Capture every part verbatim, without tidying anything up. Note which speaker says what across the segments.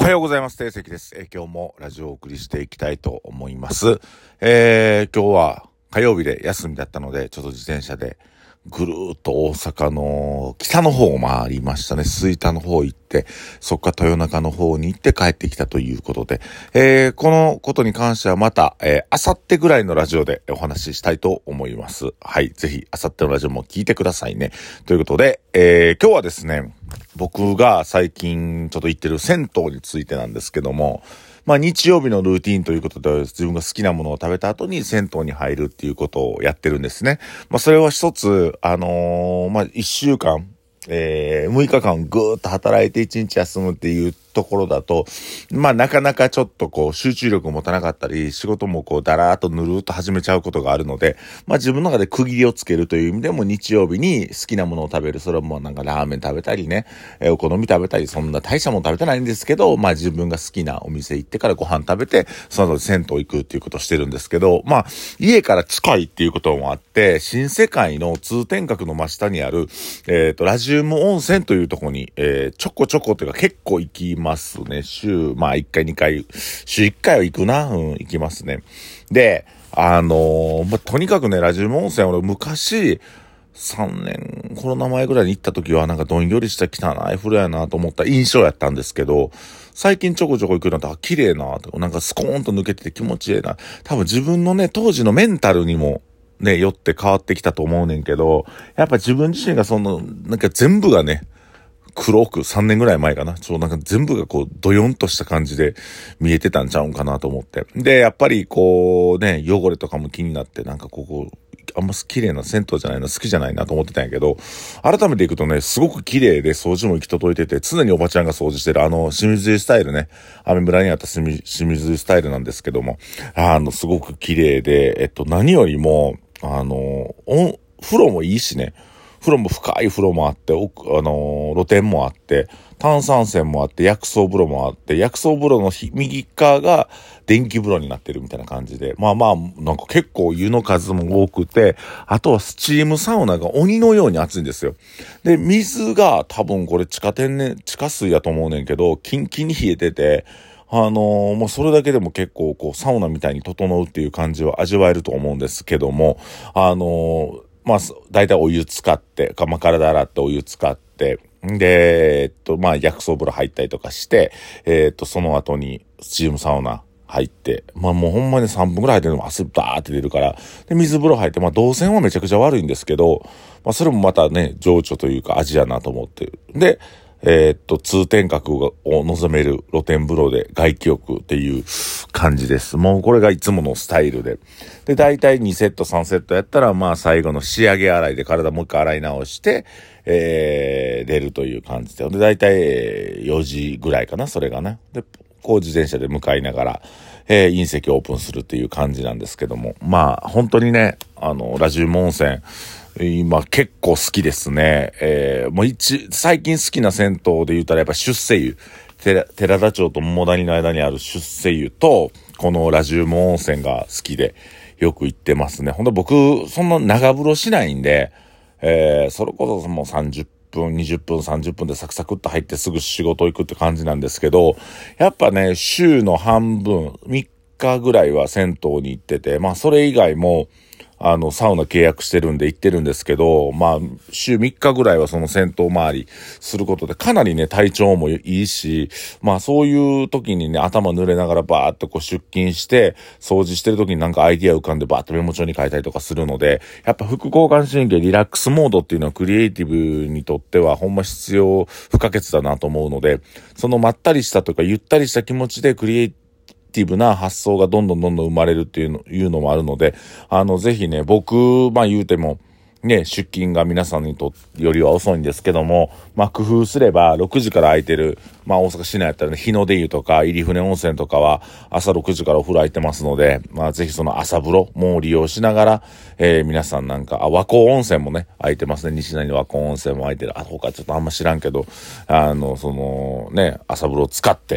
Speaker 1: おはようございます。定石です。えー今日もラジオをお送りしていきたいと思います。えー、今日は火曜日で休みだったので、ちょっと自転車でぐるーっと大阪の北の方を回りましたね。吹田の方行って、そっから豊中の方に行って帰ってきたということで、えー、このことに関してはまた、えー、あさってぐらいのラジオでお話ししたいと思います。はい。ぜひ、あさってのラジオも聞いてくださいね。ということで、えー、今日はですね、僕が最近ちょっと行ってる銭湯についてなんですけども、まあ日曜日のルーティーンということで自分が好きなものを食べた後に銭湯に入るっていうことをやってるんですね。まあそれは一つ、あのー、まあ一週間、えー、むいかかんぐーっと働いて一日休むっていうところだと、まあなかなかちょっとこう集中力を持たなかったり、仕事もこうだらーっとぬるーっと始めちゃうことがあるので、まあ自分の中で区切りをつけるという意味でも日曜日に好きなものを食べる。それはもうなんかラーメン食べたりね、えーお好み食べたり、そんな大したもの食べてないんですけど、まあ自分が好きなお店行ってからご飯食べて、その後銭湯行くっていうことをしてるんですけど、まあ家から近いっていうこともあって、新世界の通天閣の真下にある、えっと、ラジウム温泉というところに、えー、ちょこちょこというか結構行きますね。週、まあいっかいにかい、週いっかいは行くな、うん、行きますね。で、あのー、まあ、とにかくね、ラジウム温泉俺昔、さんねん、コロナ前ぐらいに行った時はなんかどんよりした汚い風呂やなと思った印象やったんですけど、最近ちょこちょこ行くようになって、あ、綺麗なと、なんかスコーンと抜けてて気持ちいいな。多分自分のね、当時のメンタルにも、ね、よって変わってきたと思うねんけど、やっぱ自分自身がその、なんか全部がね、黒くさんねんぐらい前かな。ちょうなんか全部がこうドヨンとした感じで見えてたんちゃうんかなと思って。で、やっぱりこうね、汚れとかも気になってなんかここ、あんま綺麗な銭湯じゃないな、好きじゃないなと思ってたんやけど、改めて行くとね、すごく綺麗で掃除も行き届いてて、常におばちゃんが掃除してるあの、清水湯スタイルね、アメ村にあった清水清水湯スタイルなんですけども、あの、すごく綺麗で、えっと、何よりも、あの、お風呂もいいしね、風呂も深い風呂もあって、奥、あのー、露天もあって、炭酸泉もあって、薬草風呂もあって、薬草風呂の右側が電気風呂になってるみたいな感じで、まあまあ、なんか結構湯の数も多くて、あとはスチームサウナが鬼のように熱いんですよ。で、水が多分これ地下天然、地下水やと思うねんけど、キンキンに冷えてて、あのー、もうそれだけでも結構こうサウナみたいに整うっていう感じは味わえると思うんですけども、あのー、まあ、だいたいお湯使って、まあ、体洗ってお湯使って、で、えっと、まあ、薬草風呂入ったりとかして、えっと、その後にスチームサウナ入って、まあ、もうほんまにさんぷんくらい入ってるのも汗バーって出るから、で、水風呂入って、まあ、動線はめちゃくちゃ悪いんですけど、まあ、それもまたね、情緒というか味やなと思ってる。で、えーっと、通天閣を望める露天風呂で外気浴っていう感じです。もうこれがいつものスタイルで。で、だいたいにセットさんセットやったら、まあ最後の仕上げ洗いで体もう一回洗い直して、えー、出るという感じで。で、だいたいよじぐらいかな、それがね。で、こう自転車で向かいながら、えー、隕石オープンするっていう感じなんですけども。まあ、本当にね、あの、ラジウム温泉、今結構好きですね。えー、もう一、最近好きな銭湯で言ったらやっぱ出世湯。寺田町と桃谷の間にある出世湯と、このラジウム温泉が好きでよく行ってますね。ほんと僕、そんな長風呂しないんで、えー、それこそもうさんじゅっぷん、にじゅっぷん、さんじゅっぷんでサクサクっと入ってすぐ仕事行くって感じなんですけど、やっぱね、週の半分、みっかぐらいは銭湯に行ってて、まあそれ以外も、あの、サウナ契約してるんで行ってるんですけど、まあ、週みっかぐらいはその銭湯回りすることで、かなりね、体調もいいし、まあそういう時にね、頭濡れながらバーっとこう出勤して、掃除してる時になんかアイディア浮かんでバーっとメモ帳に書いたりとかするので、やっぱ副交感神経リラックスモードっていうのはクリエイティブにとってはほんま必要不可欠だなと思うので、そのまったりしたとかゆったりした気持ちでクリエイティブアクティブな発想がどんどんどんどん生まれるっていうの、いうのもあるので、あの、ぜひね、僕、まあ言うても、ね、出勤が皆さんにとよりは遅いんですけども、まあ工夫すればろくじから空いてる、まあ大阪市内やったらね、日の出湯とか入船温泉とかは朝ろくじからお風呂空いてますので、まあぜひその朝風呂も利用しながら、えー、皆さんなんか、あ、和光温泉もね、空いてますね。西成の和光温泉も空いてる。あ、他ちょっとあんま知らんけど、あの、そのね、朝風呂を使って、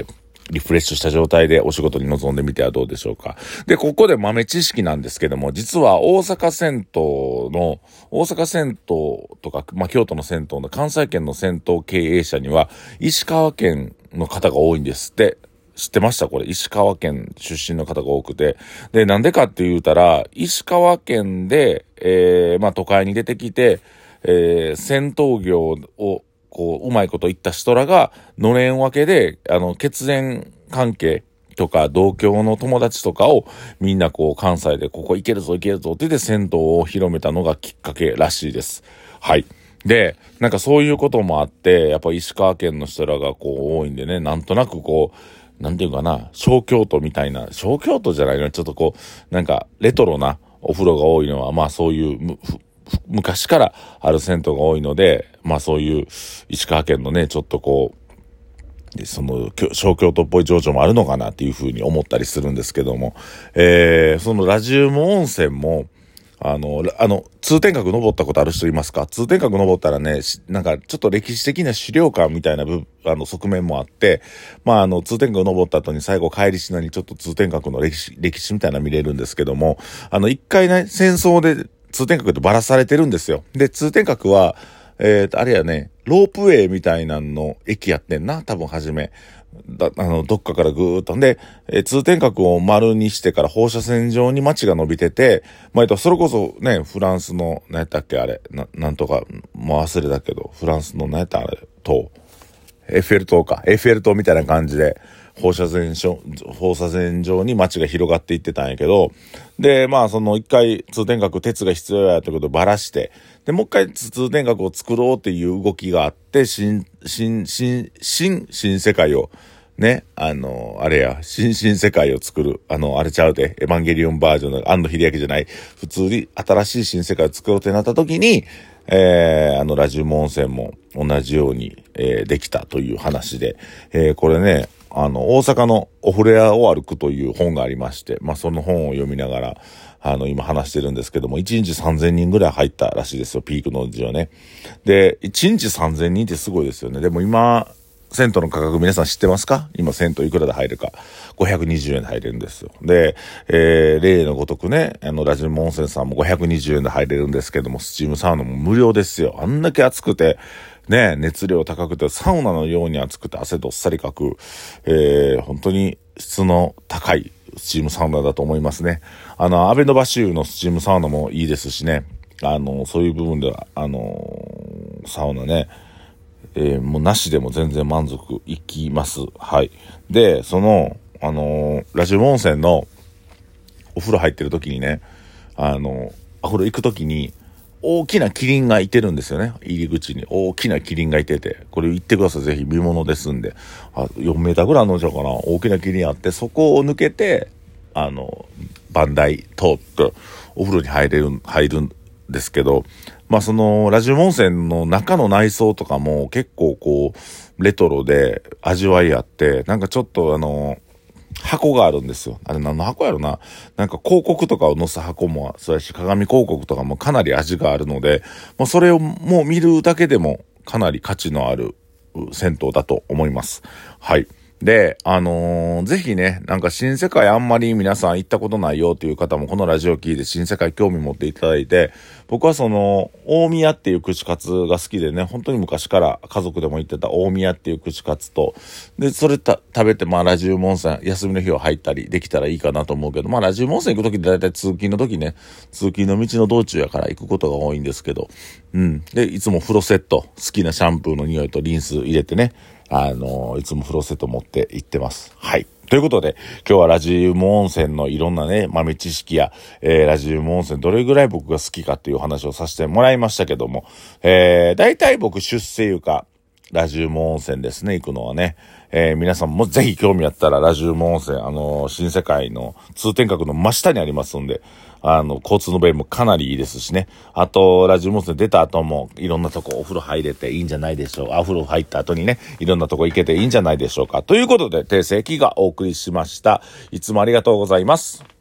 Speaker 1: リフレッシュした状態でお仕事に臨んでみてはどうでしょうか。で、ここで豆知識なんですけども、実は大阪銭湯の、大阪銭湯とか、まあ、京都の銭湯の関西圏の銭湯経営者には、石川県の方が多いんですって。知ってましたこれ。石川県出身の方が多くて。で、なんでかって言うたら、石川県で、えー、まあ、都会に出てきて、えー、銭湯業を、こう、うまいこと言った人らが、のれん分けで、あの、血縁関係とか、同郷の友達とかを、みんなこう、関西でここ行けるぞ行けるぞって言って銭湯を広めたのがきっかけらしいです。はい。で、なんかそういうこともあって、やっぱ石川県の人らがこう、多いんでね、なんとなくこう、なんていうかな、小京都みたいな、小京都じゃないの、ちょっとこう、なんか、レトロなお風呂が多いのは、まあそういう、昔からある銭湯が多いので、まあそういう石川県のね、ちょっとこう、その、小京都っぽい情緒もあるのかなっていうふうに思ったりするんですけども、えー、そのラジウム温泉も、あの、あの、通天閣登ったことある人いますか？通天閣登ったらね、なんかちょっと歴史的な資料館みたいな部、あの、側面もあって、まあ、あの、通天閣登った後に最後帰りしなにちょっと通天閣の歴史、歴史みたいなの見れるんですけども、あの、一回ね、戦争で、通天閣ってばらされてるんですよ。で、通天閣は、えーと、あれやね、ロープウェイみたいなの駅やってんな、多分はじめ。だ、あの、どっかからぐーっと。で、えー、通天閣を丸にしてから放射線状に街が伸びてて、まあ、それこそね、フランスの、何やったっけあれ、な、なんとか、もう忘れたけど、フランスの何やったあれ、塔。エッフェル塔か。エッフェル塔みたいな感じで、放射線状、放射線状に街が広がっていってたんやけど、で、まあ、その一回通天閣鉄が必要やということをばらして、で、もう一回通天閣を作ろうっていう動きがあって、新、新、新、新、新世界を、ね、あの、あれや、新新世界を作る、あの、あれちゃうで、エヴァンゲリオンバージョンの安野秀明じゃない、普通に新しい新世界を作ろうってなった時に、えー、あの、ラジウム温泉も同じように、えー、できたという話で、えー、これね、あの、大阪のお風呂屋を歩くという本がありまして、まあ、その本を読みながら、あの、今話してるんですけども、いちにちさんぜんにんぐらい入ったらしいですよ、ピークの時はね。で、いちにちさんぜんにんってすごいですよね。でも今、銭湯の価格皆さん知ってますか？今銭湯いくらで入るか。ごひゃくにじゅうえんで入れるんですよ。で、えー、例のごとくね、あの、ラジウム温泉さんもごひゃくにじゅうえんで入れるんですけども、スチームサウナも無料ですよ。あんだけ暑くて、ね、熱量高くて、サウナのように暑くて汗どっさりかく、えー、本当に質の高いスチームサウナだと思いますね。あの、アベノバシューのスチームサウナもいいですしね。あの、そういう部分では、あの、サウナね、えー、もうなしでも全然満足いきます。はい。で、その、あのー、ラジウム温泉のお風呂入ってる時にね、あのー、お風呂行く時に、大きなキリンがいてるんですよね。入り口に大きなキリンがいてて、これ行ってください。ぜひ見物ですんで。あ、よんメーターぐらいあるのじゃうかな。大きなキリンあって、そこを抜けて、あの、番台通って、お風呂に入れる、入るんですけど、まあその、ラジウム温泉の中の内装とかも結構こう、レトロで味わいあって、なんかちょっとあの、箱があるんですよ。あれ何の箱やろな。なんか広告とかを載せ箱も、そうやし鏡広告とかもかなり味があるので、もうそれをもう見るだけでもかなり価値のある銭湯だと思います。はい。で、あのー、ぜひね、なんか新世界あんまり皆さん行ったことないよっていう方もこのラジオ聞いて新世界興味持っていただいて、僕はその、大宮っていう串カツが好きでね、本当に昔から家族でも行ってた大宮っていう串カツと、で、それた食べて、まあラジウム温泉、休みの日を入ったりできたらいいかなと思うけど、まあラジウム温泉行くときって大体通勤の時ね、通勤の道の道中やから行くことが多いんですけど、うん。で、いつも風呂セット、好きなシャンプーの匂いとリンス入れてね、あのー、いつも風呂セット持って行ってます。はい。ということで、今日はラジウム温泉のいろんなね、豆知識や、えー、ラジウム温泉どれぐらい僕が好きかっていう話をさせてもらいましたけども、えー、大体僕出世いうか、ラジウム温泉ですね、行くのはね。えー、皆さんもぜひ興味あったらラジウム温泉、あのー、新世界の通天閣の真下にありますんで、あの、交通の便もかなりいいですしね。あと、ラジウム温泉出た後もいろんなとこお風呂入れていいんじゃないでしょう。お風呂入った後にね、いろんなとこ行けていいんじゃないでしょうか。ということで、訂正記がお送りしました。いつもありがとうございます。